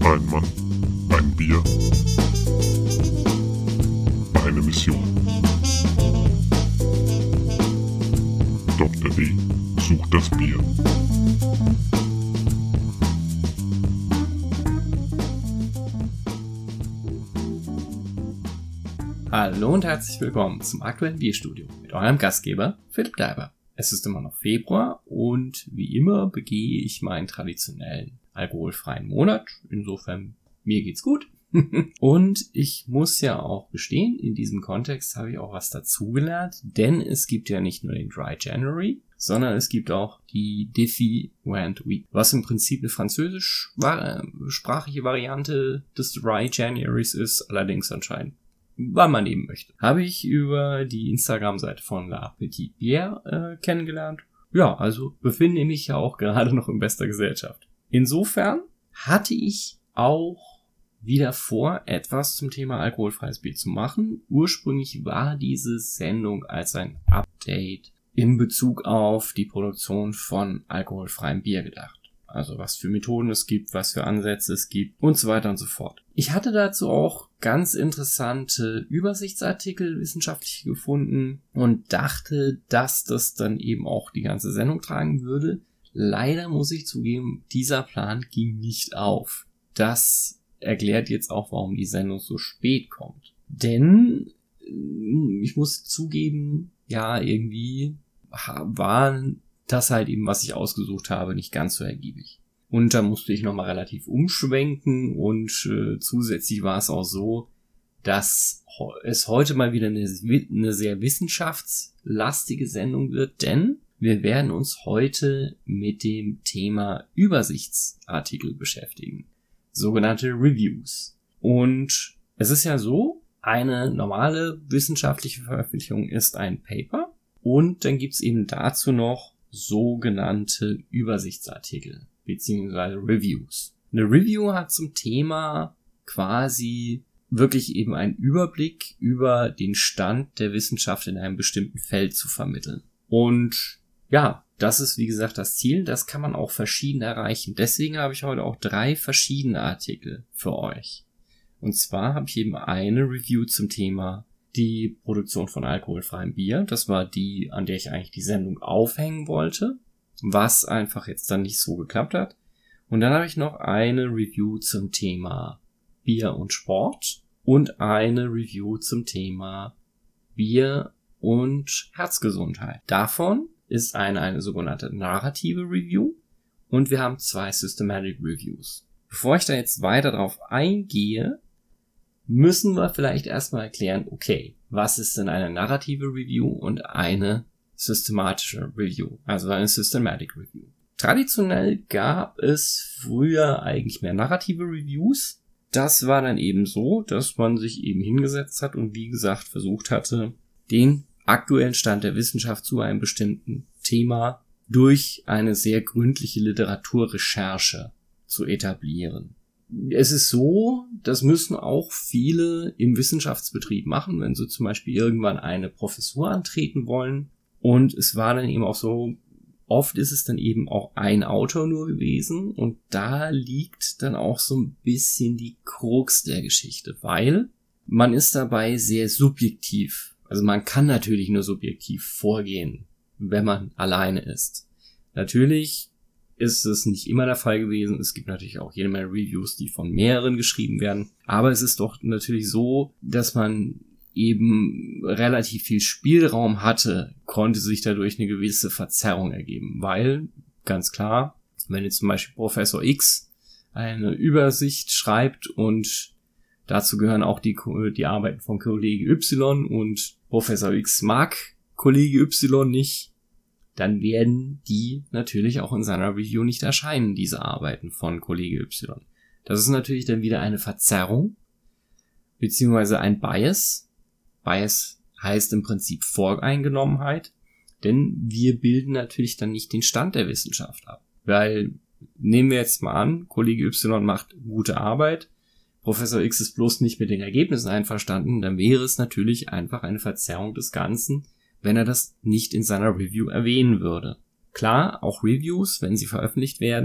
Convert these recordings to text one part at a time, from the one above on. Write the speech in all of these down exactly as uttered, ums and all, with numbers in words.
Ein Mann, ein Bier, eine Mission. Doktor D sucht das Bier. Hallo und herzlich willkommen zum aktuellen Bierstudio mit eurem Gastgeber Philipp Daiber. Es ist immer noch Februar und wie immer begehe ich meinen traditionellen alkoholfreien Monat. Insofern, mir geht's gut. Und ich muss ja auch gestehen, in diesem Kontext habe ich auch was dazugelernt, denn es gibt ja nicht nur den Dry January, sondern es gibt auch die Diffie-Went Week, was im Prinzip eine französischsprachige Variante des Dry Januaries ist, allerdings anscheinend, wann man eben möchte. Habe ich über die Instagram-Seite von La Petite Bière äh, kennengelernt. Ja, also befinde ich mich ja auch gerade noch in bester Gesellschaft. Insofern hatte ich auch wieder vor, etwas zum Thema alkoholfreies Bier zu machen. Ursprünglich war diese Sendung als ein Update in Bezug auf die Produktion von alkoholfreiem Bier gedacht. Also was für Methoden es gibt, was für Ansätze es gibt und so weiter und so fort. Ich hatte dazu auch ganz interessante Übersichtsartikel wissenschaftlich gefunden und dachte, dass das dann eben auch die ganze Sendung tragen würde. Leider muss ich zugeben, dieser Plan ging nicht auf. Das erklärt jetzt auch, warum die Sendung so spät kommt. Denn ich muss zugeben, ja, irgendwie war das halt eben, was ich ausgesucht habe, nicht ganz so ergiebig. Und da musste ich nochmal relativ umschwenken und äh, zusätzlich war es auch so, dass es heute mal wieder eine, eine sehr wissenschaftslastige Sendung wird, denn wir werden uns heute mit dem Thema Übersichtsartikel beschäftigen, sogenannte Reviews. Und es ist ja so, eine normale wissenschaftliche Veröffentlichung ist ein Paper und dann gibt's eben dazu noch sogenannte Übersichtsartikel beziehungsweise Reviews. Eine Review hat zum Thema quasi wirklich eben einen Überblick über den Stand der Wissenschaft in einem bestimmten Feld zu vermitteln. Und ja, das ist wie gesagt das Ziel, das kann man auch verschieden erreichen. Deswegen habe ich heute auch drei verschiedene Artikel für euch. Und zwar habe ich eben eine Review zum Thema die Produktion von alkoholfreiem Bier. Das war die, an der ich eigentlich die Sendung aufhängen wollte, was einfach jetzt dann nicht so geklappt hat. Und dann habe ich noch eine Review zum Thema Bier und Sport und eine Review zum Thema Bier und Herzgesundheit. Davon ist eine eine sogenannte narrative Review und wir haben zwei Systematic Reviews. Bevor ich da jetzt weiter drauf eingehe, müssen wir vielleicht erstmal erklären, okay, was ist denn eine narrative Review und eine systematische Review, also eine Systematic Review. Traditionell gab es früher eigentlich mehr narrative Reviews. Das war dann eben so, dass man sich eben hingesetzt hat und wie gesagt versucht hatte, den aktuellen Stand der Wissenschaft zu einem bestimmten Thema durch eine sehr gründliche Literaturrecherche zu etablieren. Es ist so, das müssen auch viele im Wissenschaftsbetrieb machen, wenn sie zum Beispiel irgendwann eine Professur antreten wollen. Und es war dann eben auch so, oft ist es dann eben auch ein Autor nur gewesen. Und da liegt dann auch so ein bisschen die Krux der Geschichte, weil man ist dabei sehr subjektiv. Also man kann natürlich nur subjektiv vorgehen, wenn man alleine ist. Natürlich ist es nicht immer der Fall gewesen. Es gibt natürlich auch jede Menge Reviews, die von mehreren geschrieben werden. Aber es ist doch natürlich so, dass man eben relativ viel Spielraum hatte, konnte sich dadurch eine gewisse Verzerrung ergeben. Weil, ganz klar, wenn jetzt zum Beispiel Professor X eine Übersicht schreibt und dazu gehören auch die, die Arbeiten von Kollege Y und Professor X mag Kollege Y nicht, dann werden die natürlich auch in seiner Review nicht erscheinen, diese Arbeiten von Kollege Y. Das ist natürlich dann wieder eine Verzerrung, beziehungsweise ein Bias. Bias heißt im Prinzip Voreingenommenheit, denn wir bilden natürlich dann nicht den Stand der Wissenschaft ab. Weil, nehmen wir jetzt mal an, Kollege Y macht gute Arbeit, Professor X ist bloß nicht mit den Ergebnissen einverstanden, dann wäre es natürlich einfach eine Verzerrung des Ganzen, wenn er das nicht in seiner Review erwähnen würde. Klar, auch Reviews, wenn sie veröffentlicht werden,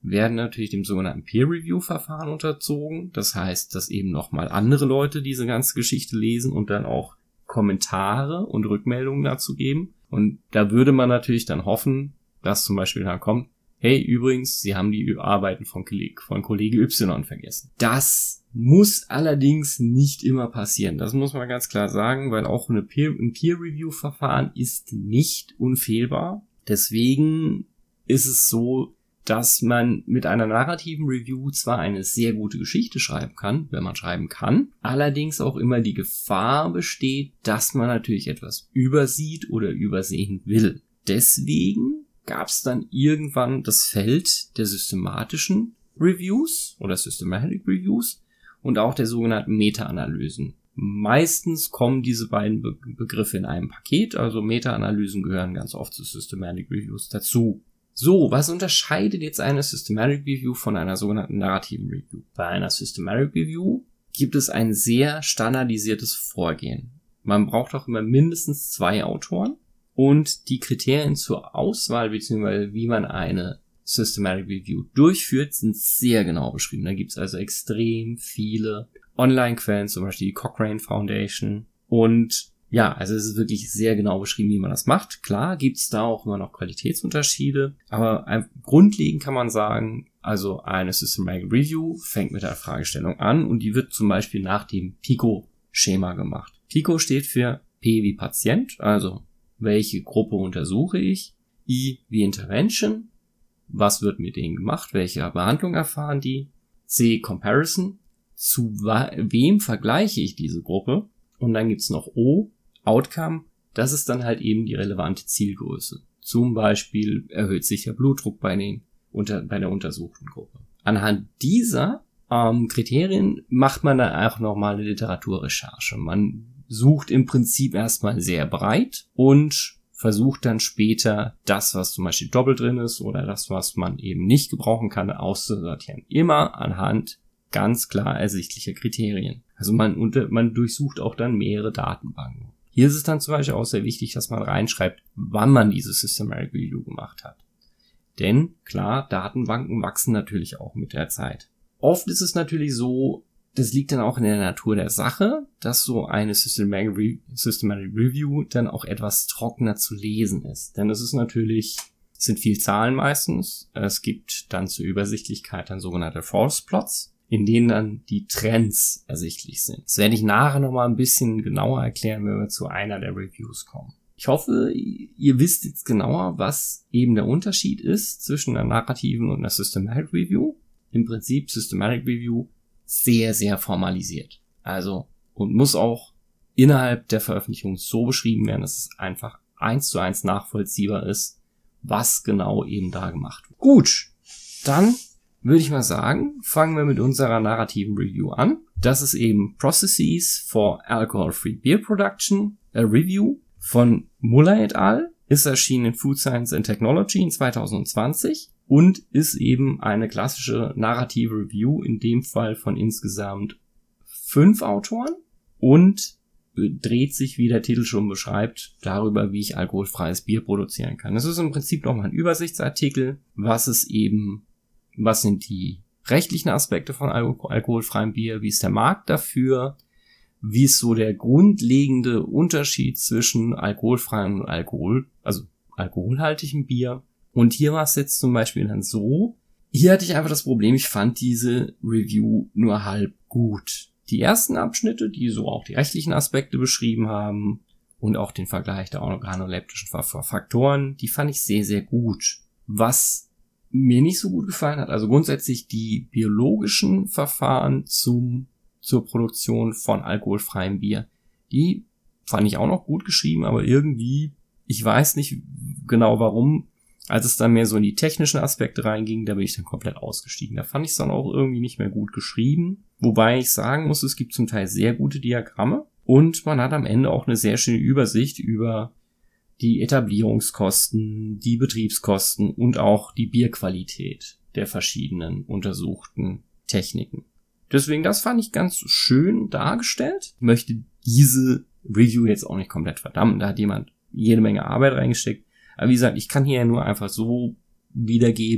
werden natürlich dem sogenannten Peer-Review-Verfahren unterzogen. Das heißt, dass eben nochmal andere Leute diese ganze Geschichte lesen und dann auch Kommentare und Rückmeldungen dazu geben. Und da würde man natürlich dann hoffen, dass zum Beispiel dann kommt, hey, übrigens, Sie haben die Arbeiten von, von Kollege Y vergessen. Das muss allerdings nicht immer passieren. Das muss man ganz klar sagen, weil auch eine Peer, ein Peer-Review-Verfahren ist nicht unfehlbar. Deswegen ist es so, dass man mit einer narrativen Review zwar eine sehr gute Geschichte schreiben kann, wenn man schreiben kann, allerdings auch immer die Gefahr besteht, dass man natürlich etwas übersieht oder übersehen will. Deswegen gab es dann irgendwann das Feld der systematischen Reviews oder Systematic Reviews und auch der sogenannten Meta-Analysen. Meistens kommen diese beiden Be- Begriffe in einem Paket, also Meta-Analysen gehören ganz oft zu Systematic Reviews dazu. So, was unterscheidet jetzt eine Systematic Review von einer sogenannten narrativen Review? Bei einer Systematic Review gibt es ein sehr standardisiertes Vorgehen. Man braucht auch immer mindestens zwei Autoren und die Kriterien zur Auswahl bzw. wie man eine Systematic Review durchführt, sind sehr genau beschrieben. Da gibt es also extrem viele Online-Quellen, zum Beispiel die Cochrane Foundation. Und ja, also es ist wirklich sehr genau beschrieben, wie man das macht. Klar gibt es da auch immer noch Qualitätsunterschiede, aber grundlegend kann man sagen, also eine Systematic Review fängt mit der Fragestellung an und die wird zum Beispiel nach dem PICO-Schema gemacht. PICO steht für P wie Patient, also welche Gruppe untersuche ich, I wie Intervention, was wird mit denen gemacht, welche Behandlung erfahren die, C Comparison, zu wem vergleiche ich diese Gruppe und dann gibt's noch O, Outcome, das ist dann halt eben die relevante Zielgröße. Zum Beispiel erhöht sich der Blutdruck bei, den, unter, bei der untersuchten Gruppe. Anhand dieser ähm, Kriterien macht man dann auch nochmal eine Literaturrecherche. Man sucht im Prinzip erstmal sehr breit und versucht dann später das, was zum Beispiel doppelt drin ist oder das, was man eben nicht gebrauchen kann, auszusortieren. Immer anhand ganz klar ersichtlicher Kriterien. Also man, unter, man durchsucht auch dann mehrere Datenbanken. Hier ist es dann zum Beispiel auch sehr wichtig, dass man reinschreibt, wann man diese Systematic Review gemacht hat. Denn klar, Datenbanken wachsen natürlich auch mit der Zeit. Oft ist es natürlich so, das liegt dann auch in der Natur der Sache, dass so eine Systematic, Re- Systematic Review dann auch etwas trockener zu lesen ist. Denn es ist natürlich, es sind viel Zahlen meistens. Es gibt dann zur Übersichtlichkeit dann sogenannte Force Plots, in denen dann die Trends ersichtlich sind. Das werde ich nachher nochmal ein bisschen genauer erklären, wenn wir zu einer der Reviews kommen. Ich hoffe, ihr wisst jetzt genauer, was eben der Unterschied ist zwischen einer narrativen und einer Systematic Review. Im Prinzip Systematic Review sehr, sehr formalisiert. Also, und muss auch innerhalb der Veröffentlichung so beschrieben werden, dass es einfach eins zu eins nachvollziehbar ist, was genau eben da gemacht wird. Gut, dann würde ich mal sagen, fangen wir mit unserer narrativen Review an. Das ist eben Processes for Alcohol-Free Beer Production, a Review von Muller et al. Ist erschienen in Food Science and Technology in zwanzig zwanzig und ist eben eine klassische narrative Review, in dem Fall von insgesamt fünf Autoren und dreht sich, wie der Titel schon beschreibt, darüber, wie ich alkoholfreies Bier produzieren kann. Das ist im Prinzip nochmal ein Übersichtsartikel, was es eben Was sind die rechtlichen Aspekte von Alko- alkoholfreiem Bier? Wie ist der Markt dafür? Wie ist so der grundlegende Unterschied zwischen alkoholfreiem und Alkohol, also alkoholhaltigem Bier? Und hier war es jetzt zum Beispiel dann so, hier hatte ich einfach das Problem, ich fand diese Review nur halb gut. Die ersten Abschnitte, die so auch die rechtlichen Aspekte beschrieben haben und auch den Vergleich der organoleptischen Faktoren, die fand ich sehr, sehr gut. Was mir nicht so gut gefallen hat, also grundsätzlich die biologischen Verfahren zum zur Produktion von alkoholfreiem Bier, die fand ich auch noch gut geschrieben, aber irgendwie, ich weiß nicht genau warum, als es dann mehr so in die technischen Aspekte reinging, da bin ich dann komplett ausgestiegen. Da fand ich es dann auch irgendwie nicht mehr gut geschrieben, wobei ich sagen muss, es gibt zum Teil sehr gute Diagramme und man hat am Ende auch eine sehr schöne Übersicht über die Etablierungskosten, die Betriebskosten und auch die Bierqualität der verschiedenen untersuchten Techniken. Deswegen, das fand ich ganz schön dargestellt. Ich möchte diese Review jetzt auch nicht komplett verdammen. Da hat jemand jede Menge Arbeit reingesteckt. Aber wie gesagt, ich kann hier ja nur einfach so wiedergeben,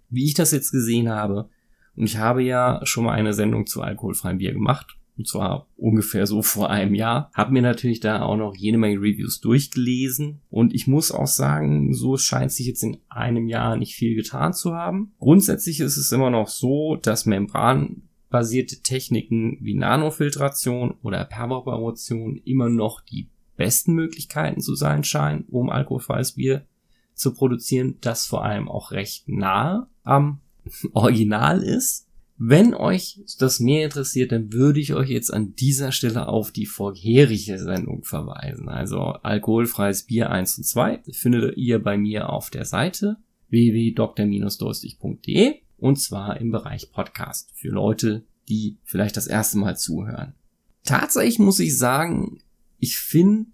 wie ich das jetzt gesehen habe, und ich habe ja schon mal eine Sendung zu alkoholfreiem Bier gemacht, und zwar ungefähr so vor einem Jahr, habe mir natürlich da auch noch jede Menge Reviews durchgelesen und ich muss auch sagen, so scheint sich jetzt in einem Jahr nicht viel getan zu haben. Grundsätzlich ist es immer noch so, dass membranbasierte Techniken wie Nanofiltration oder Permabrauation immer noch die besten Möglichkeiten zu sein scheinen, um alkoholfreies Bier zu produzieren, das vor allem auch recht nahe am Original ist. Wenn euch das mehr interessiert, dann würde ich euch jetzt an dieser Stelle auf die vorherige Sendung verweisen. Also alkoholfreies Bier eins und zwei findet ihr bei mir auf der Seite w w w punkt d r durstig punkt d e und zwar im Bereich Podcast für Leute, die vielleicht das erste Mal zuhören. Tatsächlich muss ich sagen, ich finde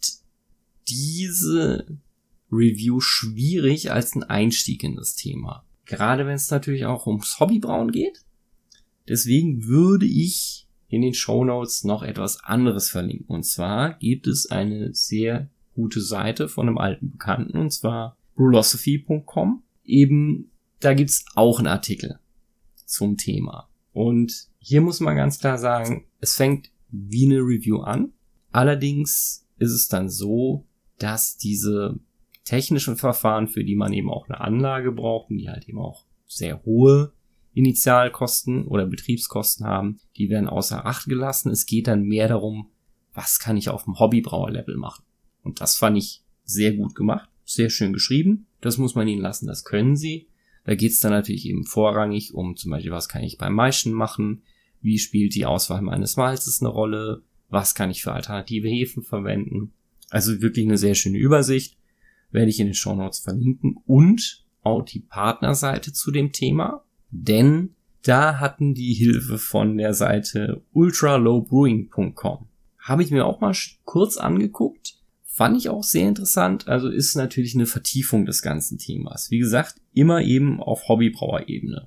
diese Review schwierig als ein Einstieg in das Thema. Gerade wenn es natürlich auch ums Hobbybrauen geht. Deswegen würde ich in den Shownotes noch etwas anderes verlinken. Und zwar gibt es eine sehr gute Seite von einem alten Bekannten, und zwar brulosophy punkt com. Eben, da gibt's auch einen Artikel zum Thema. Und hier muss man ganz klar sagen, es fängt wie eine Review an. Allerdings ist es dann so, dass diese technischen Verfahren, für die man eben auch eine Anlage braucht und die halt eben auch sehr hohe Initialkosten oder Betriebskosten haben, die werden außer Acht gelassen. Es geht dann mehr darum, was kann ich auf dem Hobbybrauer-Level machen. Und das fand ich sehr gut gemacht, sehr schön geschrieben. Das muss man ihnen lassen, das können sie. Da geht es dann natürlich eben vorrangig um zum Beispiel, was kann ich beim Maischen machen, wie spielt die Auswahl meines Malzes eine Rolle, was kann ich für alternative Hefen verwenden. Also wirklich eine sehr schöne Übersicht, werde ich in den Shownotes verlinken und auch die Partnerseite zu dem Thema. Denn da hatten die Hilfe von der Seite ultra low brewing punkt com. Habe ich mir auch mal kurz angeguckt. Fand ich auch sehr interessant. Also ist natürlich eine Vertiefung des ganzen Themas. Wie gesagt, immer eben auf Hobbybrauerebene.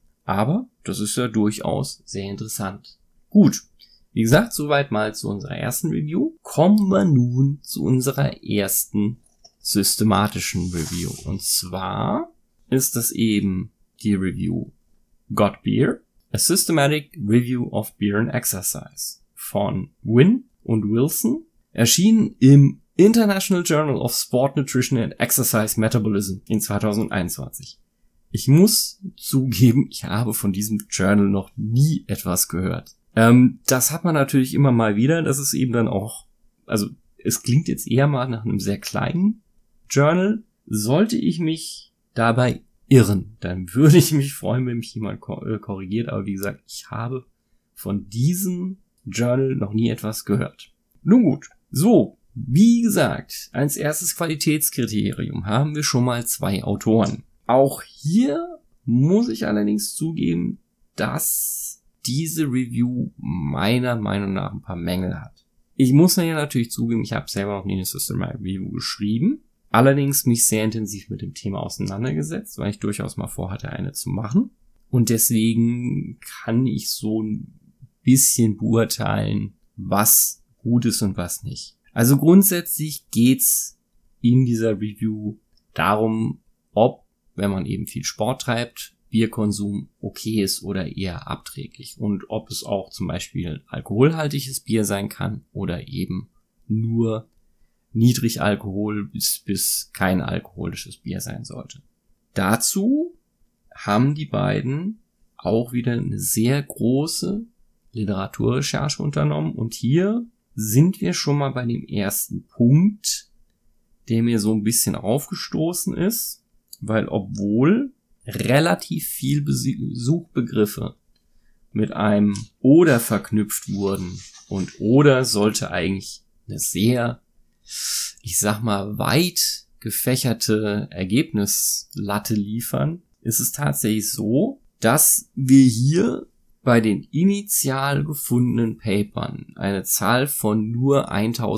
Aber das ist ja durchaus sehr interessant. Gut, wie gesagt, soweit mal zu unserer ersten Review. Kommen wir nun zu unserer ersten systematischen Review. Und zwar ist das eben die Review Got Beer, a Systematic Review of Beer and Exercise von Wynn und Wilson, erschienen im International Journal of Sport Nutrition and Exercise Metabolism in zwanzig einundzwanzig. Ich muss zugeben, ich habe von diesem Journal noch nie etwas gehört. Ähm, das hat man natürlich immer mal wieder, das ist eben dann auch, also es klingt jetzt eher mal nach einem sehr kleinen Journal. Sollte ich mich dabei irren, dann würde ich mich freuen, wenn mich jemand korrigiert. Aber wie gesagt, ich habe von diesem Journal noch nie etwas gehört. Nun gut, so, wie gesagt, als erstes Qualitätskriterium haben wir schon mal zwei Autoren. Auch hier muss ich allerdings zugeben, dass diese Review meiner Meinung nach ein paar Mängel hat. Ich muss ja natürlich zugeben, ich habe selber noch nie eine Systematic Review geschrieben. Allerdings mich sehr intensiv mit dem Thema auseinandergesetzt, weil ich durchaus mal vorhatte, eine zu machen. Und deswegen kann ich so ein bisschen beurteilen, was gut ist und was nicht. Also grundsätzlich geht's in dieser Review darum, ob, wenn man eben viel Sport treibt, Bierkonsum okay ist oder eher abträglich. Und ob es auch zum Beispiel alkoholhaltiges Bier sein kann oder eben nur niedrig Alkohol bis, bis kein alkoholisches Bier sein sollte. Dazu haben die beiden auch wieder eine sehr große Literaturrecherche unternommen und hier sind wir schon mal bei dem ersten Punkt, der mir so ein bisschen aufgestoßen ist, weil obwohl relativ viel Suchbegriffe mit einem oder verknüpft wurden und oder sollte eigentlich eine sehr, ich sag mal, weit gefächerte Ergebnislatte liefern, ist es tatsächlich so, dass wir hier bei den initial gefundenen Papern eine Zahl von nur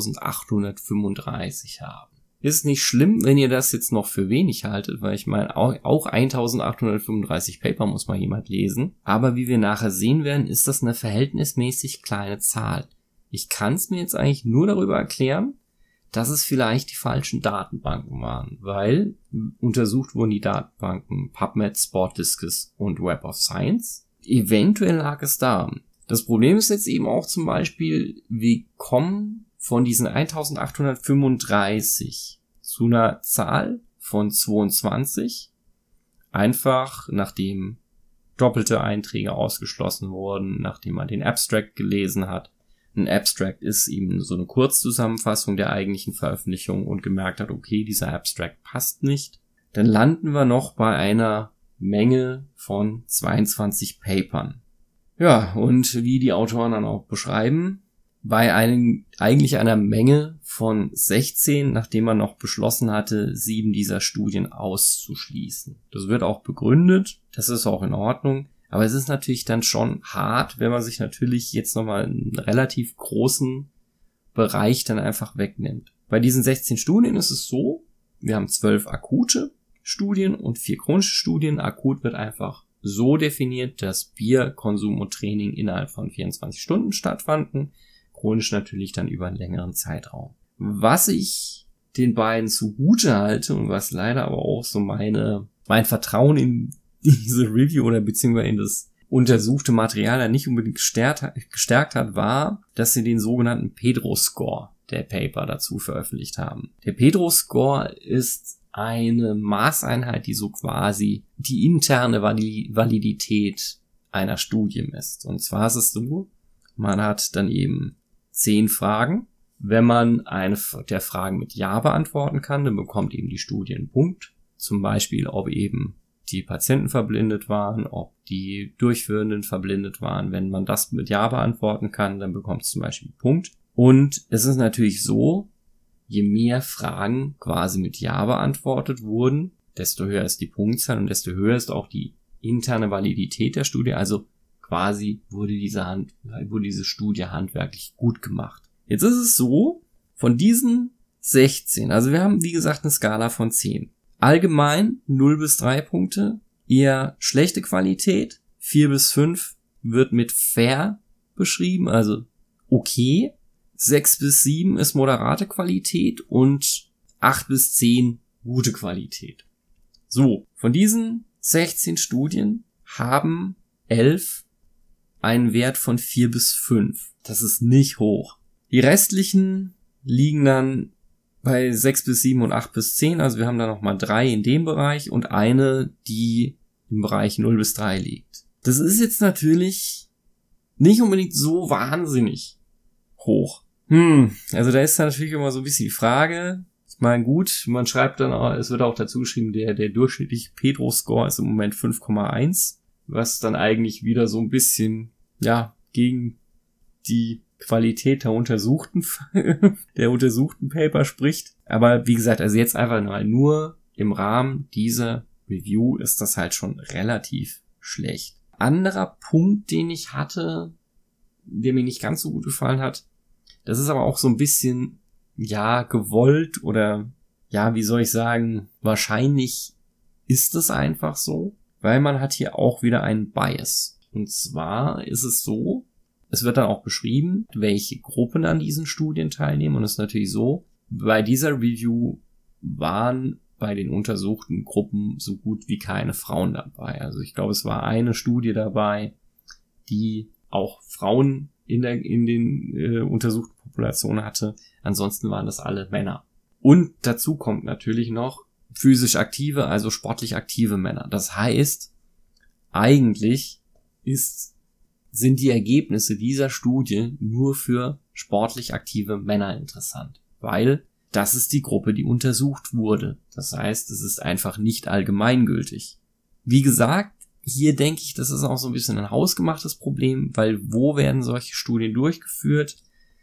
eintausendachthundertfünfunddreißig haben. Ist nicht schlimm, wenn ihr das jetzt noch für wenig haltet, weil ich meine, auch eintausendachthundertfünfunddreißig Paper muss mal jemand lesen. Aber wie wir nachher sehen werden, ist das eine verhältnismäßig kleine Zahl. Ich kann es mir jetzt eigentlich nur darüber erklären, dass es vielleicht die falschen Datenbanken waren, weil untersucht wurden die Datenbanken PubMed, SportDiscus und Web of Science. Eventuell lag es daran. Das Problem ist jetzt eben auch zum Beispiel, wir kommen von diesen eintausendachthundertfünfunddreißig zu einer Zahl von zweiundzwanzig, einfach nachdem doppelte Einträge ausgeschlossen wurden, nachdem man den Abstract gelesen hat. Ein Abstract ist eben so eine Kurzzusammenfassung der eigentlichen Veröffentlichung und gemerkt hat, okay, dieser Abstract passt nicht. Dann landen wir noch bei einer Menge von zweiundzwanzig Papern. Ja, und wie die Autoren dann auch beschreiben, bei einem, eigentlich einer Menge von sechzehn, nachdem man noch beschlossen hatte, sieben dieser Studien auszuschließen. Das wird auch begründet, das ist auch in Ordnung. Aber es ist natürlich dann schon hart, wenn man sich natürlich jetzt nochmal einen relativ großen Bereich dann einfach wegnimmt. Bei diesen sechzehn Studien ist es so, wir haben zwölf akute Studien und vier chronische Studien. Akut wird einfach so definiert, dass Bierkonsum und Training innerhalb von vierundzwanzig Stunden stattfanden. Chronisch natürlich dann über einen längeren Zeitraum. Was ich den beiden zugute halte und was leider aber auch so meine mein Vertrauen in diese Review oder beziehungsweise in das untersuchte Material dann nicht unbedingt gestärkt, gestärkt hat, war, dass sie den sogenannten Pedro-Score der Paper dazu veröffentlicht haben. Der Pedro-Score ist eine Maßeinheit, die so quasi die interne Validität einer Studie misst. Und zwar ist es so, man hat dann eben zehn Fragen. Wenn man eine der Fragen mit Ja beantworten kann, dann bekommt eben die Studie einen Punkt. Zum Beispiel, ob eben die Patienten verblindet waren, ob die Durchführenden verblindet waren. Wenn man das mit Ja beantworten kann, dann bekommt es zum Beispiel einen Punkt. Und es ist natürlich so, je mehr Fragen quasi mit Ja beantwortet wurden, desto höher ist die Punktzahl und desto höher ist auch die interne Validität der Studie. Also quasi wurde diese, Hand, wurde diese Studie handwerklich gut gemacht. Jetzt ist es so, von diesen sechzehn, also wir haben wie gesagt eine Skala von zehn. Allgemein null bis drei Punkte, eher schlechte Qualität, vier bis fünf wird mit fair beschrieben, also okay, sechs bis sieben ist moderate Qualität und acht bis zehn gute Qualität. So, von diesen sechzehn Studien haben elf einen Wert von vier bis fünf. Das ist nicht hoch. Die restlichen liegen dann bei sechs bis sieben und acht bis zehn, also wir haben da nochmal drei in dem Bereich und eine, die im Bereich null bis drei liegt. Das ist jetzt natürlich nicht unbedingt so wahnsinnig hoch. Hm, also da ist dann natürlich immer so ein bisschen die Frage, ich meine gut, man schreibt dann auch, es wird auch dazu geschrieben, der, der durchschnittliche Pedro-Score ist im Moment fünf Komma eins, was dann eigentlich wieder so ein bisschen, ja, gegen die Qualität der untersuchten, der untersuchten Paper spricht. Aber wie gesagt, also jetzt einfach mal nur im Rahmen dieser Review ist das halt schon relativ schlecht. Anderer Punkt, den ich hatte, der mir nicht ganz so gut gefallen hat, das ist aber auch so ein bisschen, ja, gewollt oder, ja, wie soll ich sagen, wahrscheinlich ist es einfach so, weil man hat hier auch wieder einen Bias. Und zwar ist es so, es wird dann auch beschrieben, welche Gruppen an diesen Studien teilnehmen. Und es ist natürlich so, bei dieser Review waren bei den untersuchten Gruppen so gut wie keine Frauen dabei. Also ich glaube, es war eine Studie dabei, die auch Frauen in der in den äh, untersuchten Populationen hatte. Ansonsten waren das alle Männer. Und dazu kommt natürlich noch physisch aktive, also sportlich aktive Männer. Das heißt, eigentlich ist sind die Ergebnisse dieser Studie nur für sportlich aktive Männer interessant, weil das ist die Gruppe, die untersucht wurde. Das heißt, es ist einfach nicht allgemeingültig. Wie gesagt, hier denke ich, das ist auch so ein bisschen ein hausgemachtes Problem, weil wo werden solche Studien durchgeführt?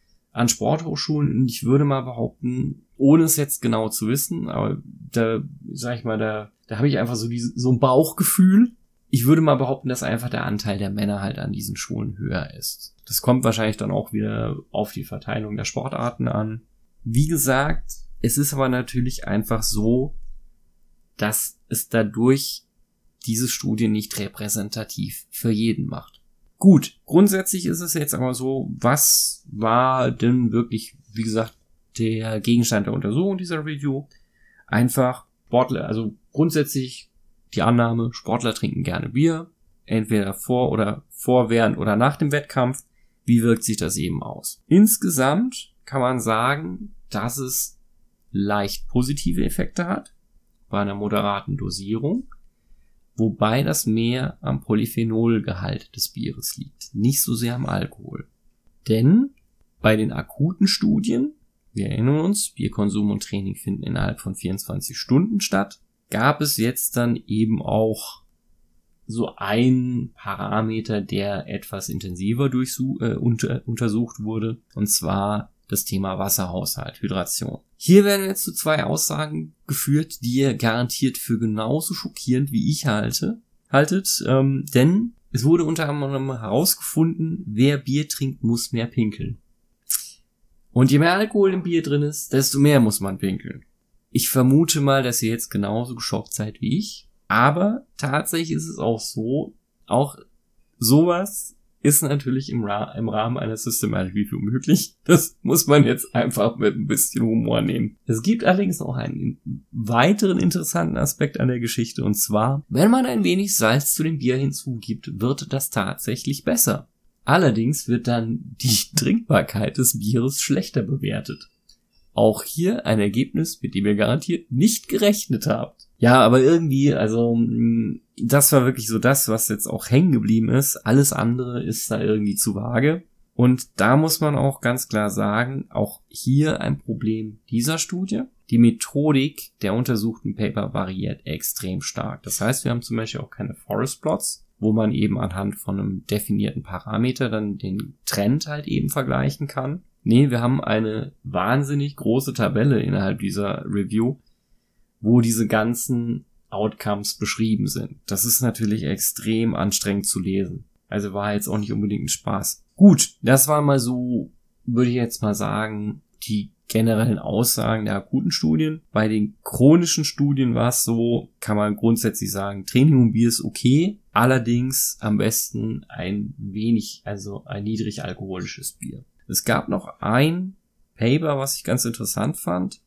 An Sporthochschulen, und ich würde mal behaupten, ohne es jetzt genau zu wissen, aber da, sag ich mal, da, da habe ich einfach so diese, so ein Bauchgefühl. Ich würde mal behaupten, dass einfach der Anteil der Männer halt an diesen Schulen höher ist. Das kommt wahrscheinlich dann auch wieder auf die Verteilung der Sportarten an. Wie gesagt, es ist aber natürlich einfach so, dass es dadurch diese Studie nicht repräsentativ für jeden macht. Gut, grundsätzlich ist es jetzt aber so, was war denn wirklich, wie gesagt, der Gegenstand der Untersuchung dieser Review. Einfach Sportler, also grundsätzlich die Annahme, Sportler trinken gerne Bier, entweder vor oder vor, während oder nach dem Wettkampf. Wie wirkt sich das eben aus? Insgesamt kann man sagen, dass es leicht positive Effekte hat, bei einer moderaten Dosierung, wobei das mehr am Polyphenolgehalt des Bieres liegt, nicht so sehr am Alkohol. Denn bei den akuten Studien, wir erinnern uns, Bierkonsum und Training finden innerhalb von vierundzwanzig Stunden statt, gab es jetzt dann eben auch so ein Parameter, der etwas intensiver durchsu- äh, unter- untersucht wurde, und zwar das Thema Wasserhaushalt, Hydration. Hier werden jetzt zu zwei Aussagen geführt, die ihr garantiert für genauso schockierend wie ich halte, haltet, ähm, denn es wurde unter anderem herausgefunden, wer Bier trinkt, muss mehr pinkeln. Und je mehr Alkohol im Bier drin ist, desto mehr muss man pinkeln. Ich vermute mal, dass ihr jetzt genauso geschockt seid wie ich, aber tatsächlich ist es auch so, auch sowas ist natürlich im, Ra- im Rahmen einer Systematic Review möglich. Das muss man jetzt einfach mit ein bisschen Humor nehmen. Es gibt allerdings noch einen weiteren interessanten Aspekt an der Geschichte, und zwar, wenn man ein wenig Salz zu dem Bier hinzugibt, wird das tatsächlich besser. Allerdings wird dann die Trinkbarkeit des Bieres schlechter bewertet. Auch hier ein Ergebnis, mit dem ihr garantiert nicht gerechnet habt. Ja, aber irgendwie, also das war wirklich so das, was jetzt auch hängen geblieben ist. Alles andere ist da irgendwie zu vage. Und da muss man auch ganz klar sagen, auch hier ein Problem dieser Studie. Die Methodik der untersuchten Paper variiert extrem stark. Das heißt, wir haben zum Beispiel auch keine Forest Plots, wo man eben anhand von einem definierten Parameter dann den Trend halt eben vergleichen kann. Nee, wir haben eine wahnsinnig große Tabelle innerhalb dieser Review, wo diese ganzen Outcomes beschrieben sind. Das ist natürlich extrem anstrengend zu lesen. Also war jetzt auch nicht unbedingt ein Spaß. Gut, das war mal so, würde ich jetzt mal sagen, die generellen Aussagen der akuten Studien. Bei den chronischen Studien war es so, kann man grundsätzlich sagen, Training und Bier ist okay, allerdings am besten ein wenig, also ein niedrig alkoholisches Bier. Es gab noch ein Paper, was ich ganz interessant fand,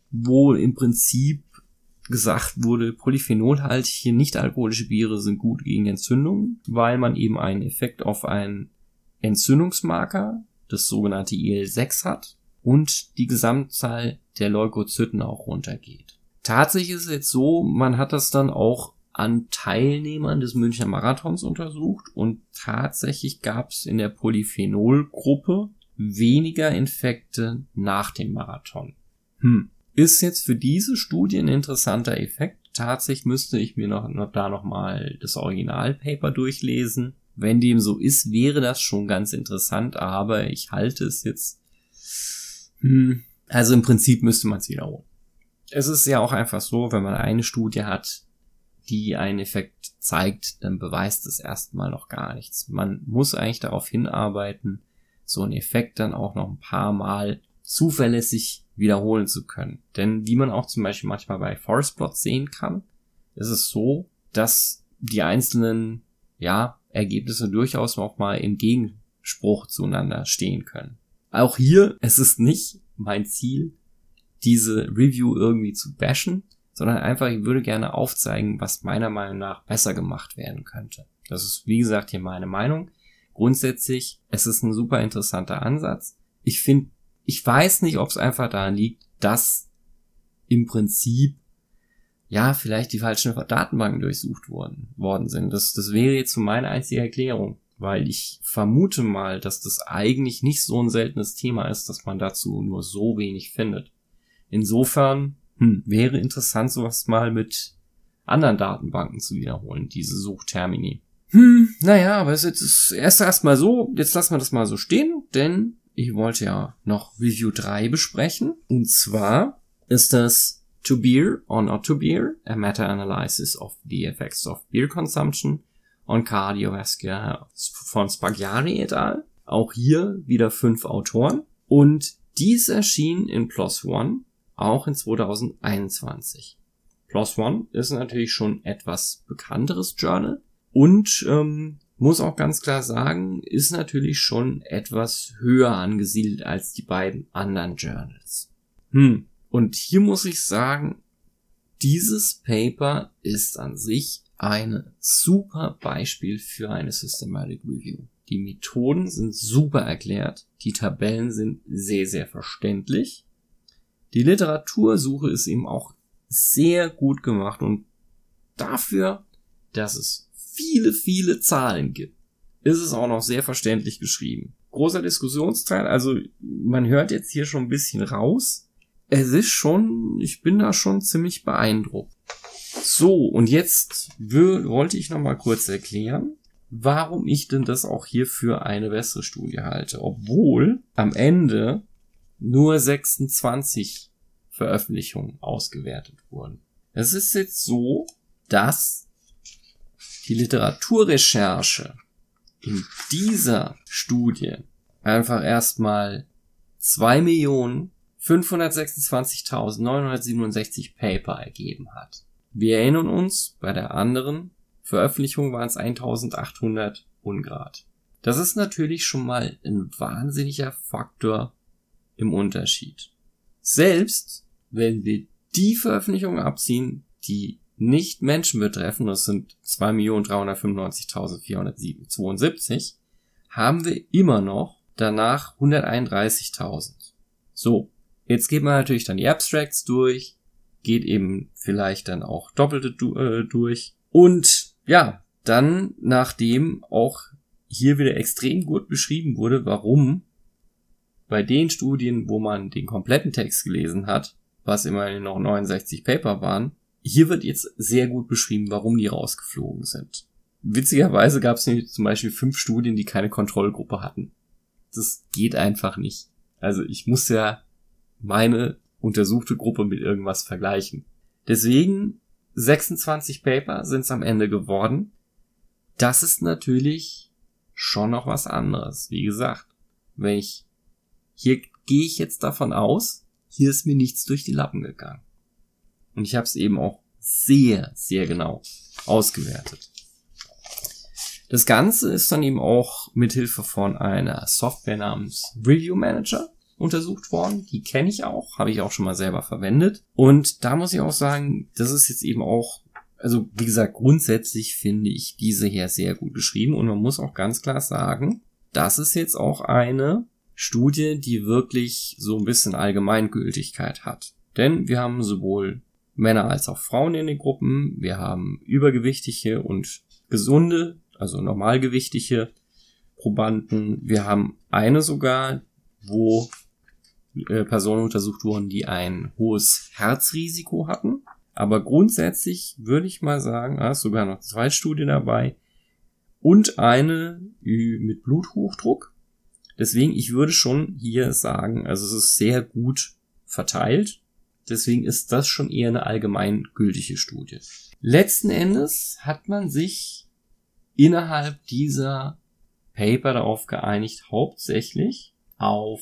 wo im Prinzip gesagt wurde, polyphenolhaltige, nicht alkoholische Biere sind gut gegen Entzündungen, weil man eben einen Effekt auf einen Entzündungsmarker, das sogenannte I L sechs hat, und die Gesamtzahl der Leukozyten auch runtergeht. Tatsächlich ist es jetzt so, man hat das dann auch an Teilnehmern des Münchner Marathons untersucht, und tatsächlich gab es in der Polyphenol-Gruppe weniger Infekte nach dem Marathon. Hm. Ist jetzt für diese Studie ein interessanter Effekt. Tatsächlich müsste ich mir noch, noch da nochmal das Originalpaper durchlesen. Wenn dem so ist, wäre das schon ganz interessant, aber ich halte es jetzt, hm, also im Prinzip müsste man es wiederholen. Es ist ja auch einfach so, wenn man eine Studie hat, die einen Effekt zeigt, dann beweist es erstmal noch gar nichts. Man muss eigentlich darauf hinarbeiten, so einen Effekt dann auch noch ein paar Mal zuverlässig wiederholen zu können. Denn wie man auch zum Beispiel manchmal bei Forest Plots sehen kann, ist es so, dass die einzelnen, ja, Ergebnisse durchaus auch mal im Gegenspruch zueinander stehen können. Auch hier, es ist nicht mein Ziel, diese Review irgendwie zu bashen, sondern einfach, ich würde gerne aufzeigen, was meiner Meinung nach besser gemacht werden könnte. Das ist, wie gesagt, hier meine Meinung. Grundsätzlich, es ist ein super interessanter Ansatz. Ich finde, ich weiß nicht, ob es einfach daran liegt, dass im Prinzip, ja, vielleicht die falschen Datenbanken durchsucht worden, worden sind. Das, das wäre jetzt so meine einzige Erklärung, weil ich vermute mal, dass das eigentlich nicht so ein seltenes Thema ist, dass man dazu nur so wenig findet. Insofern, hm, wäre interessant, sowas mal mit anderen Datenbanken zu wiederholen, diese Suchtermini. Hm, naja, aber es ist erst erstmal so, jetzt lassen wir das mal so stehen, denn ich wollte ja noch Review drei besprechen. Und zwar ist das To Beer or Not to Beer, a Meta-Analysis of the Effects of Beer Consumption on Cardiovascular Health von Spaghiari et al. Auch hier wieder fünf Autoren. Und dies erschien in PLOS ONE auch in zwanzig einundzwanzig. PLOS ONE ist natürlich schon etwas bekannteres Journal und ähm, muss auch ganz klar sagen, ist natürlich schon etwas höher angesiedelt als die beiden anderen Journals. Hm. Und hier muss ich sagen, dieses Paper ist an sich ein super Beispiel für eine Systematic Review. Die Methoden sind super erklärt, die Tabellen sind sehr, sehr verständlich. Die Literatursuche ist eben auch sehr gut gemacht und dafür, dass es viele, viele Zahlen gibt, ist es auch noch sehr verständlich geschrieben. Großer Diskussionsteil, also man hört jetzt hier schon ein bisschen raus. Es ist schon, ich bin da schon ziemlich beeindruckt. So, und jetzt w- wollte ich noch mal kurz erklären, warum ich denn das auch hier für eine bessere Studie halte. Obwohl am Ende nur sechsundzwanzig Veröffentlichungen ausgewertet wurden. Es ist jetzt so, dass die Literaturrecherche in dieser Studie einfach erstmal zwei Millionen fünfhundertsechsundzwanzigtausendneunhundertsiebenundsechzig Paper ergeben hat. Wir erinnern uns, bei der anderen Veröffentlichung waren es eintausendachthundert Ungrad. Das ist natürlich schon mal ein wahnsinniger Faktor im Unterschied. Selbst wenn wir die Veröffentlichungen abziehen, die nicht Menschen betreffen, das sind zwei Millionen dreihundertfünfundneunzigtausendvierhundertzweiundsiebzig, haben wir immer noch danach hunderteinunddreißigtausend. So, jetzt geht man natürlich dann die Abstracts durch, geht eben vielleicht dann auch doppelte du- äh, durch und ja, dann, nachdem auch hier wieder extrem gut beschrieben wurde, warum bei den Studien, wo man den kompletten Text gelesen hat, was immerhin noch neunundsechzig Paper waren, hier wird jetzt sehr gut beschrieben, warum die rausgeflogen sind. Witzigerweise gab es nämlich zum Beispiel fünf Studien, die keine Kontrollgruppe hatten. Das geht einfach nicht. Also ich muss ja meine untersuchte Gruppe mit irgendwas vergleichen. Deswegen sechsundzwanzig Paper sind es am Ende geworden. Das ist natürlich schon noch was anderes. Wie gesagt, wenn ich hier gehe ich jetzt davon aus, hier ist mir nichts durch die Lappen gegangen. Und ich habe es eben auch sehr, sehr genau ausgewertet. Das Ganze ist dann eben auch mithilfe von einer Software namens Review Manager untersucht worden. Die kenne ich auch, habe ich auch schon mal selber verwendet. Und da muss ich auch sagen, das ist jetzt eben auch, also wie gesagt, grundsätzlich finde ich diese hier sehr gut geschrieben. Und man muss auch ganz klar sagen, das ist jetzt auch eine Studie, die wirklich so ein bisschen Allgemeingültigkeit hat. Denn wir haben sowohl Männer als auch Frauen in den Gruppen, wir haben übergewichtige und gesunde, also normalgewichtige Probanden. Wir haben eine sogar, wo äh, Personen untersucht wurden, die ein hohes Herzrisiko hatten. Aber grundsätzlich würde ich mal sagen, da ist sogar noch zwei Studien dabei und eine mit Bluthochdruck. Deswegen, ich würde schon hier sagen, also es ist sehr gut verteilt. Deswegen ist das schon eher eine allgemeingültige Studie. Letzten Endes hat man sich innerhalb dieser Paper darauf geeinigt, hauptsächlich auf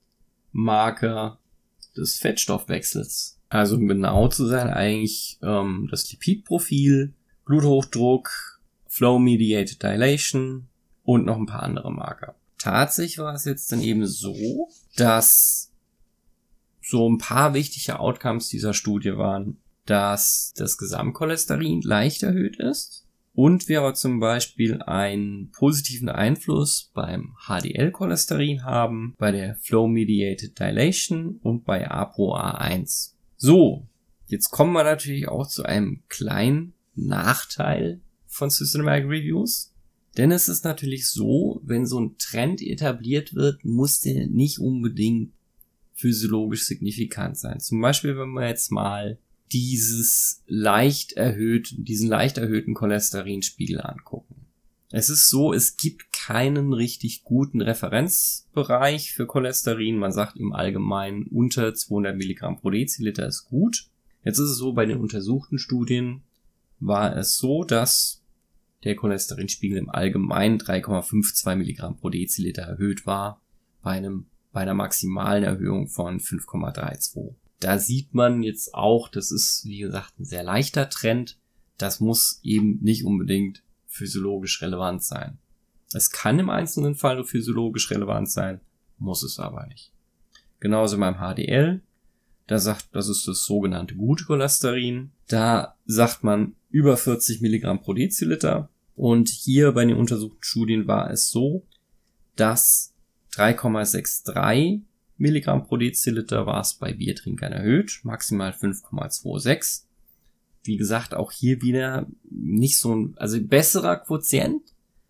Marker des Fettstoffwechsels. Also um genau zu sein, eigentlich ähm, das Lipidprofil, Bluthochdruck, Flow-Mediated Dilation und noch ein paar andere Marker. Tatsächlich war es jetzt dann eben so, dass so ein paar wichtige Outcomes dieser Studie waren, dass das Gesamtcholesterin leicht erhöht ist und wir aber zum Beispiel einen positiven Einfluss beim H D L-Cholesterin haben, bei der Flow-Mediated Dilation und bei A P O A eins. So, jetzt kommen wir natürlich auch zu einem kleinen Nachteil von Systematic Reviews. Denn es ist natürlich so, wenn so ein Trend etabliert wird, muss der nicht unbedingt physiologisch signifikant sein. Zum Beispiel, wenn wir jetzt mal dieses leicht erhöht, diesen leicht erhöhten Cholesterinspiegel angucken. Es ist so, es gibt keinen richtig guten Referenzbereich für Cholesterin. Man sagt im Allgemeinen, unter zweihundert Milligramm pro Deziliter ist gut. Jetzt ist es so, bei den untersuchten Studien war es so, dass der Cholesterinspiegel im Allgemeinen drei Komma zweiundfünfzig Milligramm pro Deziliter erhöht war, bei einem bei einer maximalen Erhöhung von fünf Komma zweiunddreißig. Da sieht man jetzt auch, das ist, wie gesagt, ein sehr leichter Trend. Das muss eben nicht unbedingt physiologisch relevant sein. Es kann im einzelnen Fall physiologisch relevant sein, muss es aber nicht. Genauso beim H D L. Da sagt, das ist das sogenannte gute Cholesterin. Da sagt man über vierzig Milligramm pro Deziliter. Und hier bei den untersuchten Studien war es so, dass drei Komma dreiundsechzig Milligramm pro Deziliter war es bei Biertrinkern erhöht, maximal fünf Komma sechsundzwanzig. Wie gesagt, auch hier wieder nicht so ein, also besserer Quotient,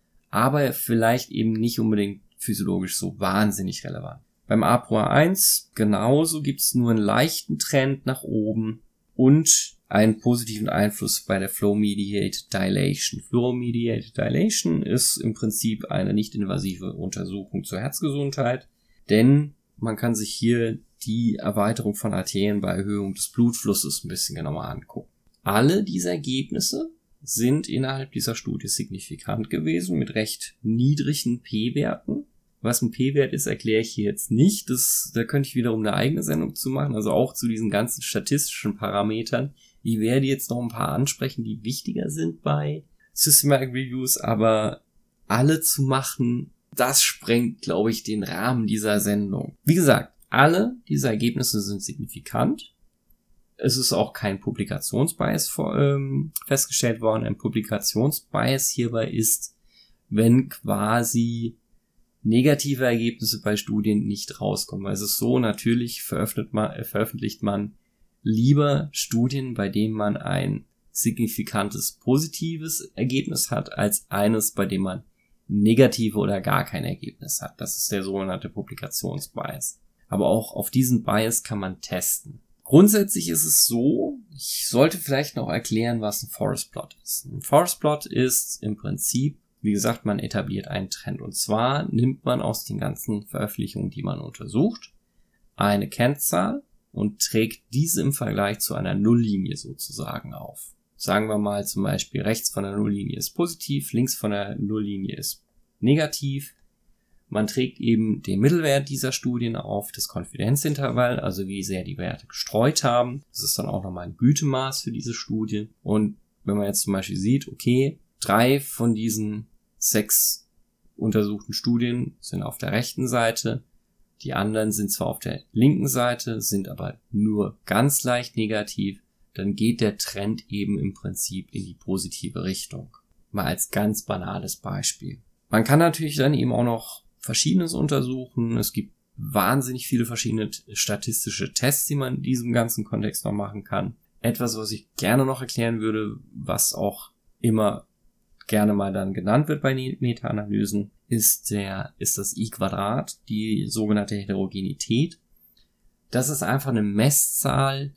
aber vielleicht eben nicht unbedingt physiologisch so wahnsinnig relevant. Beim A P O A eins genauso gibt es nur einen leichten Trend nach oben und einen positiven Einfluss bei der Flow-Mediated Dilation. Flow-Mediated Dilation ist im Prinzip eine nicht-invasive Untersuchung zur Herzgesundheit, denn man kann sich hier die Erweiterung von Arterien bei Erhöhung des Blutflusses ein bisschen genauer angucken. Alle diese Ergebnisse sind innerhalb dieser Studie signifikant gewesen mit recht niedrigen P-Werten. Was ein P-Wert ist, erkläre ich hier jetzt nicht. Das, da könnte ich wiederum eine eigene Sendung zu machen, also auch zu diesen ganzen statistischen Parametern. Ich werde jetzt noch ein paar ansprechen, die wichtiger sind bei Systematic Reviews, aber alle zu machen, das sprengt, glaube ich, den Rahmen dieser Sendung. Wie gesagt, alle diese Ergebnisse sind signifikant. Es ist auch kein Publikationsbias vor, ähm, festgestellt worden. Ein Publikationsbias hierbei ist, wenn quasi negative Ergebnisse bei Studien nicht rauskommen. Weil es ist so, natürlich veröffentlicht man, äh, veröffentlicht man lieber Studien, bei denen man ein signifikantes positives Ergebnis hat, als eines, bei dem man negative oder gar kein Ergebnis hat. Das ist der sogenannte Publikationsbias. Aber auch auf diesen Bias kann man testen. Grundsätzlich ist es so, ich sollte vielleicht noch erklären, was ein Forest Plot ist. Ein Forest Plot ist im Prinzip, wie gesagt, man etabliert einen Trend. Und zwar nimmt man aus den ganzen Veröffentlichungen, die man untersucht, eine Kennzahl und trägt diese im Vergleich zu einer Nulllinie sozusagen auf. Sagen wir mal zum Beispiel, rechts von der Nulllinie ist positiv, links von der Nulllinie ist negativ. Man trägt eben den Mittelwert dieser Studien auf, das Konfidenzintervall, also wie sehr die Werte gestreut haben. Das ist dann auch nochmal ein Gütemaß für diese Studie. Und wenn man jetzt zum Beispiel sieht, okay, drei von diesen sechs untersuchten Studien sind auf der rechten Seite, die anderen sind zwar auf der linken Seite, sind aber nur ganz leicht negativ, dann geht der Trend eben im Prinzip in die positive Richtung. Mal als ganz banales Beispiel. Man kann natürlich dann eben auch noch Verschiedenes untersuchen. Es gibt wahnsinnig viele verschiedene statistische Tests, die man in diesem ganzen Kontext noch machen kann. Etwas, was ich gerne noch erklären würde, was auch immer gerne mal dann genannt wird bei Meta-Analysen, ist der, ist das I-Quadrat, die sogenannte Heterogenität. Das ist einfach eine Messzahl,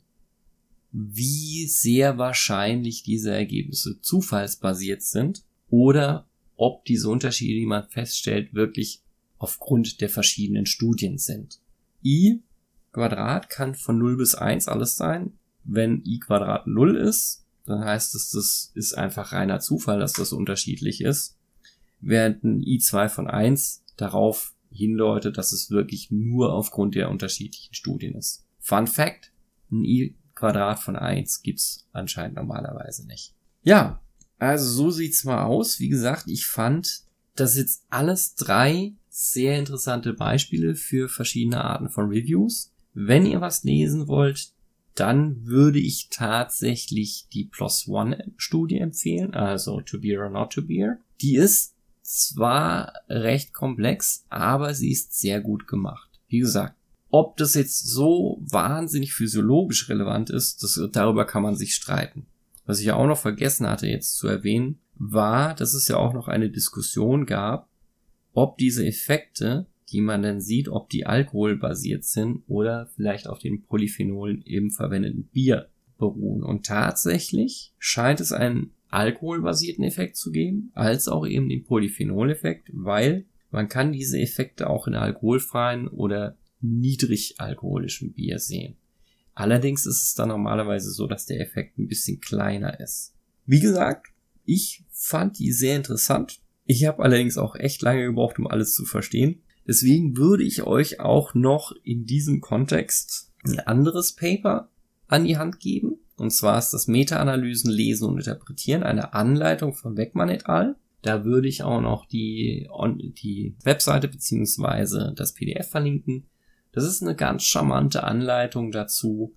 wie sehr wahrscheinlich diese Ergebnisse zufallsbasiert sind oder ob diese Unterschiede, die man feststellt, wirklich aufgrund der verschiedenen Studien sind. I Quadrat kann von null bis eins alles sein. Wenn I Quadrat null ist, dann heißt es, das ist einfach reiner Zufall, dass das unterschiedlich ist. Während ein I zwei von eins darauf hindeutet, dass es wirklich nur aufgrund der unterschiedlichen Studien ist. Fun Fact, ein I Quadrat von eins gibt's anscheinend normalerweise nicht. Ja, also so sieht's mal aus. Wie gesagt, ich fand das jetzt alles drei sehr interessante Beispiele für verschiedene Arten von Reviews. Wenn ihr was lesen wollt, dann würde ich tatsächlich die PLOS ONE Studie empfehlen, also To Beer or Not to Beer. Die ist zwar recht komplex, aber sie ist sehr gut gemacht. Wie gesagt, ob das jetzt so wahnsinnig physiologisch relevant ist, das, darüber kann man sich streiten. Was ich ja auch noch vergessen hatte jetzt zu erwähnen, war, dass es ja auch noch eine Diskussion gab, ob diese Effekte, die man dann sieht, ob die alkoholbasiert sind oder vielleicht auf den Polyphenolen im verwendeten Bier beruhen. Und tatsächlich scheint es einen alkoholbasierten Effekt zu geben, als auch eben den Polyphenoleffekt, weil man kann diese Effekte auch in alkoholfreien oder niedrig alkoholischen Bier sehen. Allerdings ist es dann normalerweise so, dass der Effekt ein bisschen kleiner ist. Wie gesagt, ich fand die sehr interessant. Ich habe allerdings auch echt lange gebraucht, um alles zu verstehen. Deswegen würde ich euch auch noch in diesem Kontext ein anderes Paper an die Hand geben. Und zwar ist das Meta-Analysen lesen und interpretieren, eine Anleitung von Beckmann et al. Da würde ich auch noch die, die Webseite bzw. das P D F verlinken. Das ist eine ganz charmante Anleitung dazu,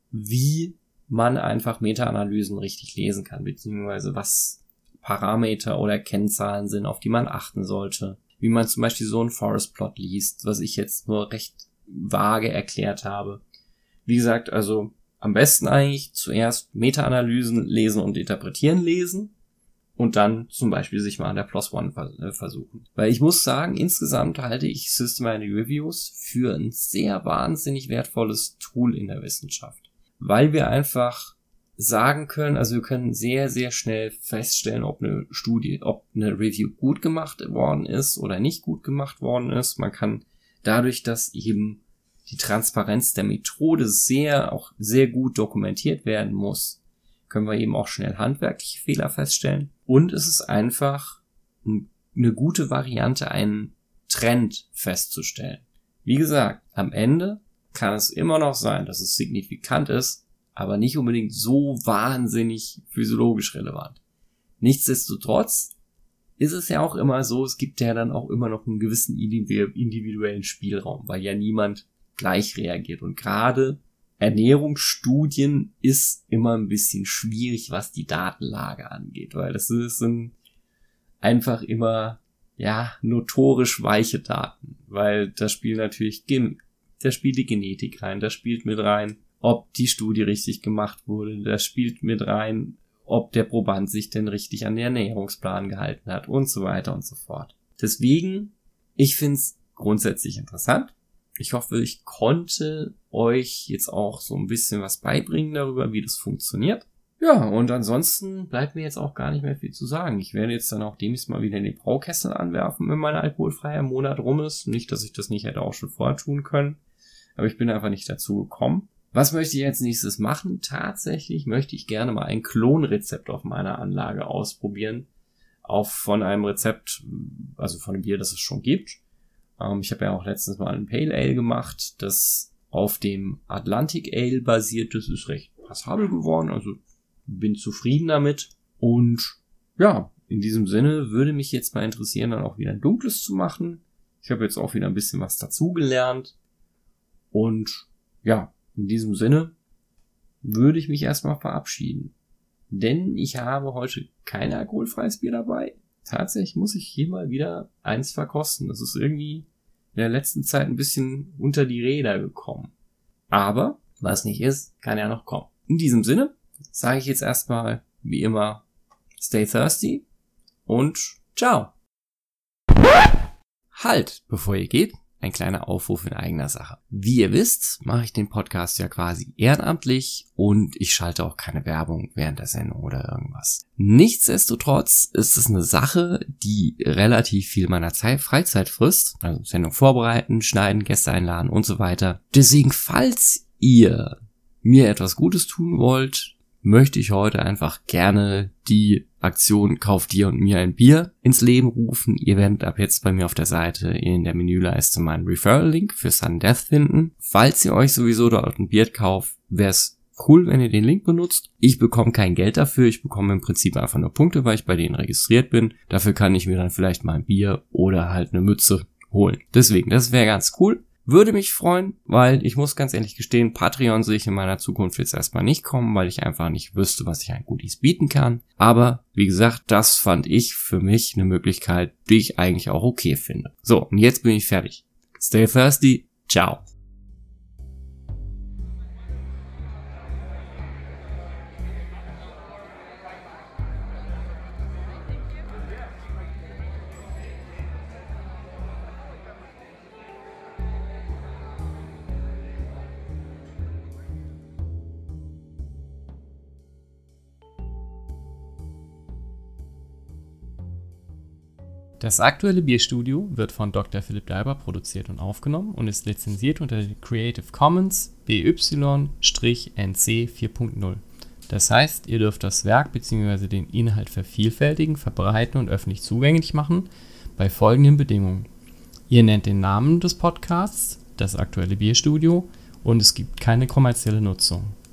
wie man einfach Meta-Analysen richtig lesen kann, beziehungsweise was Parameter oder Kennzahlen sind, auf die man achten sollte. Wie man zum Beispiel so einen Forest-Plot liest, was ich jetzt nur recht vage erklärt habe. Wie gesagt, also am besten eigentlich zuerst Meta-Analysen lesen und interpretieren lesen und dann zum Beispiel sich mal an der P L O S One versuchen. Weil ich muss sagen, insgesamt halte ich Systematic Reviews für ein sehr wahnsinnig wertvolles Tool in der Wissenschaft. Weil wir einfach sagen können, also wir können sehr, sehr schnell feststellen, ob eine Studie, ob eine Review gut gemacht worden ist oder nicht gut gemacht worden ist. Man kann dadurch, dass eben die Transparenz der Methode sehr, auch sehr gut dokumentiert werden muss, können wir eben auch schnell handwerkliche Fehler feststellen. Und es ist einfach eine gute Variante, einen Trend festzustellen. Wie gesagt, am Ende kann es immer noch sein, dass es signifikant ist, aber nicht unbedingt so wahnsinnig physiologisch relevant. Nichtsdestotrotz ist es ja auch immer so, es gibt ja dann auch immer noch einen gewissen individuellen Spielraum, weil ja niemand gleich reagiert. Und gerade Ernährungsstudien ist immer ein bisschen schwierig, was die Datenlage angeht, weil das sind einfach immer, ja, notorisch weiche Daten, weil da spielt natürlich, da spielt die Genetik rein, da spielt mit rein, ob die Studie richtig gemacht wurde, da spielt mit rein, ob der Proband sich denn richtig an den Ernährungsplan gehalten hat und so weiter und so fort. Deswegen, ich finde es grundsätzlich interessant. Ich hoffe, ich konnte euch jetzt auch so ein bisschen was beibringen darüber, wie das funktioniert. Ja, und ansonsten bleibt mir jetzt auch gar nicht mehr viel zu sagen. Ich werde jetzt dann auch demnächst mal wieder in den Braukessel anwerfen, wenn mein alkoholfreier Monat rum ist. Nicht, dass ich das nicht hätte auch schon vorher tun können, aber ich bin einfach nicht dazu gekommen. Was möchte ich als nächstes machen? Tatsächlich möchte ich gerne mal ein Klonrezept auf meiner Anlage ausprobieren. Auch von einem Rezept, also von einem Bier, das es schon gibt. Ähm, ich habe ja auch letztens mal ein Pale Ale gemacht, das auf dem Atlantic Ale basiert. Das ist recht passabel geworden, also bin zufrieden damit. Und ja, in diesem Sinne würde mich jetzt mal interessieren, dann auch wieder ein dunkles zu machen. Ich habe jetzt auch wieder ein bisschen was dazugelernt. Und ja, in diesem Sinne würde ich mich erstmal verabschieden. Denn ich habe heute kein alkoholfreies Bier dabei. Tatsächlich muss ich hier mal wieder eins verkosten. Das ist irgendwie in der letzten Zeit ein bisschen unter die Räder gekommen. Aber was nicht ist, kann ja noch kommen. In diesem Sinne sage ich jetzt erstmal, wie immer, stay thirsty und ciao. Halt, bevor ihr geht, ein kleiner Aufruf in eigener Sache. Wie ihr wisst, mache ich den Podcast ja quasi ehrenamtlich und ich schalte auch keine Werbung während der Sendung oder irgendwas. Nichtsdestotrotz ist es eine Sache, die relativ viel meiner Zeit, Freizeit frisst. Also Sendung vorbereiten, schneiden, Gäste einladen und so weiter. Deswegen, falls ihr mir etwas Gutes tun wollt, möchte ich heute einfach gerne die Aktion Kauf dir und mir ein Bier ins Leben rufen. Ihr werdet ab jetzt bei mir auf der Seite in der Menüleiste meinen Referral-Link für Sudden Death finden. Falls ihr euch sowieso dort ein Bier kauft, wäre es cool, wenn ihr den Link benutzt. Ich bekomme kein Geld dafür, ich bekomme im Prinzip einfach nur Punkte, weil ich bei denen registriert bin. Dafür kann ich mir dann vielleicht mal ein Bier oder halt eine Mütze holen. Deswegen, das wäre ganz cool. Würde mich freuen, weil ich muss ganz ehrlich gestehen, Patreon sehe ich in meiner Zukunft jetzt erstmal nicht kommen, weil ich einfach nicht wüsste, was ich an Goodies bieten kann. Aber wie gesagt, das fand ich für mich eine Möglichkeit, die ich eigentlich auch okay finde. So, und jetzt bin ich fertig. Stay thirsty. Ciao. Das aktuelle Bierstudio wird von Doktor Philipp Daiber produziert und aufgenommen und ist lizenziert unter der Creative Commons B Y N C vier Punkt null. Das heißt, ihr dürft das Werk bzw. den Inhalt vervielfältigen, verbreiten und öffentlich zugänglich machen bei folgenden Bedingungen. Ihr nennt den Namen des Podcasts, das aktuelle Bierstudio, und es gibt keine kommerzielle Nutzung.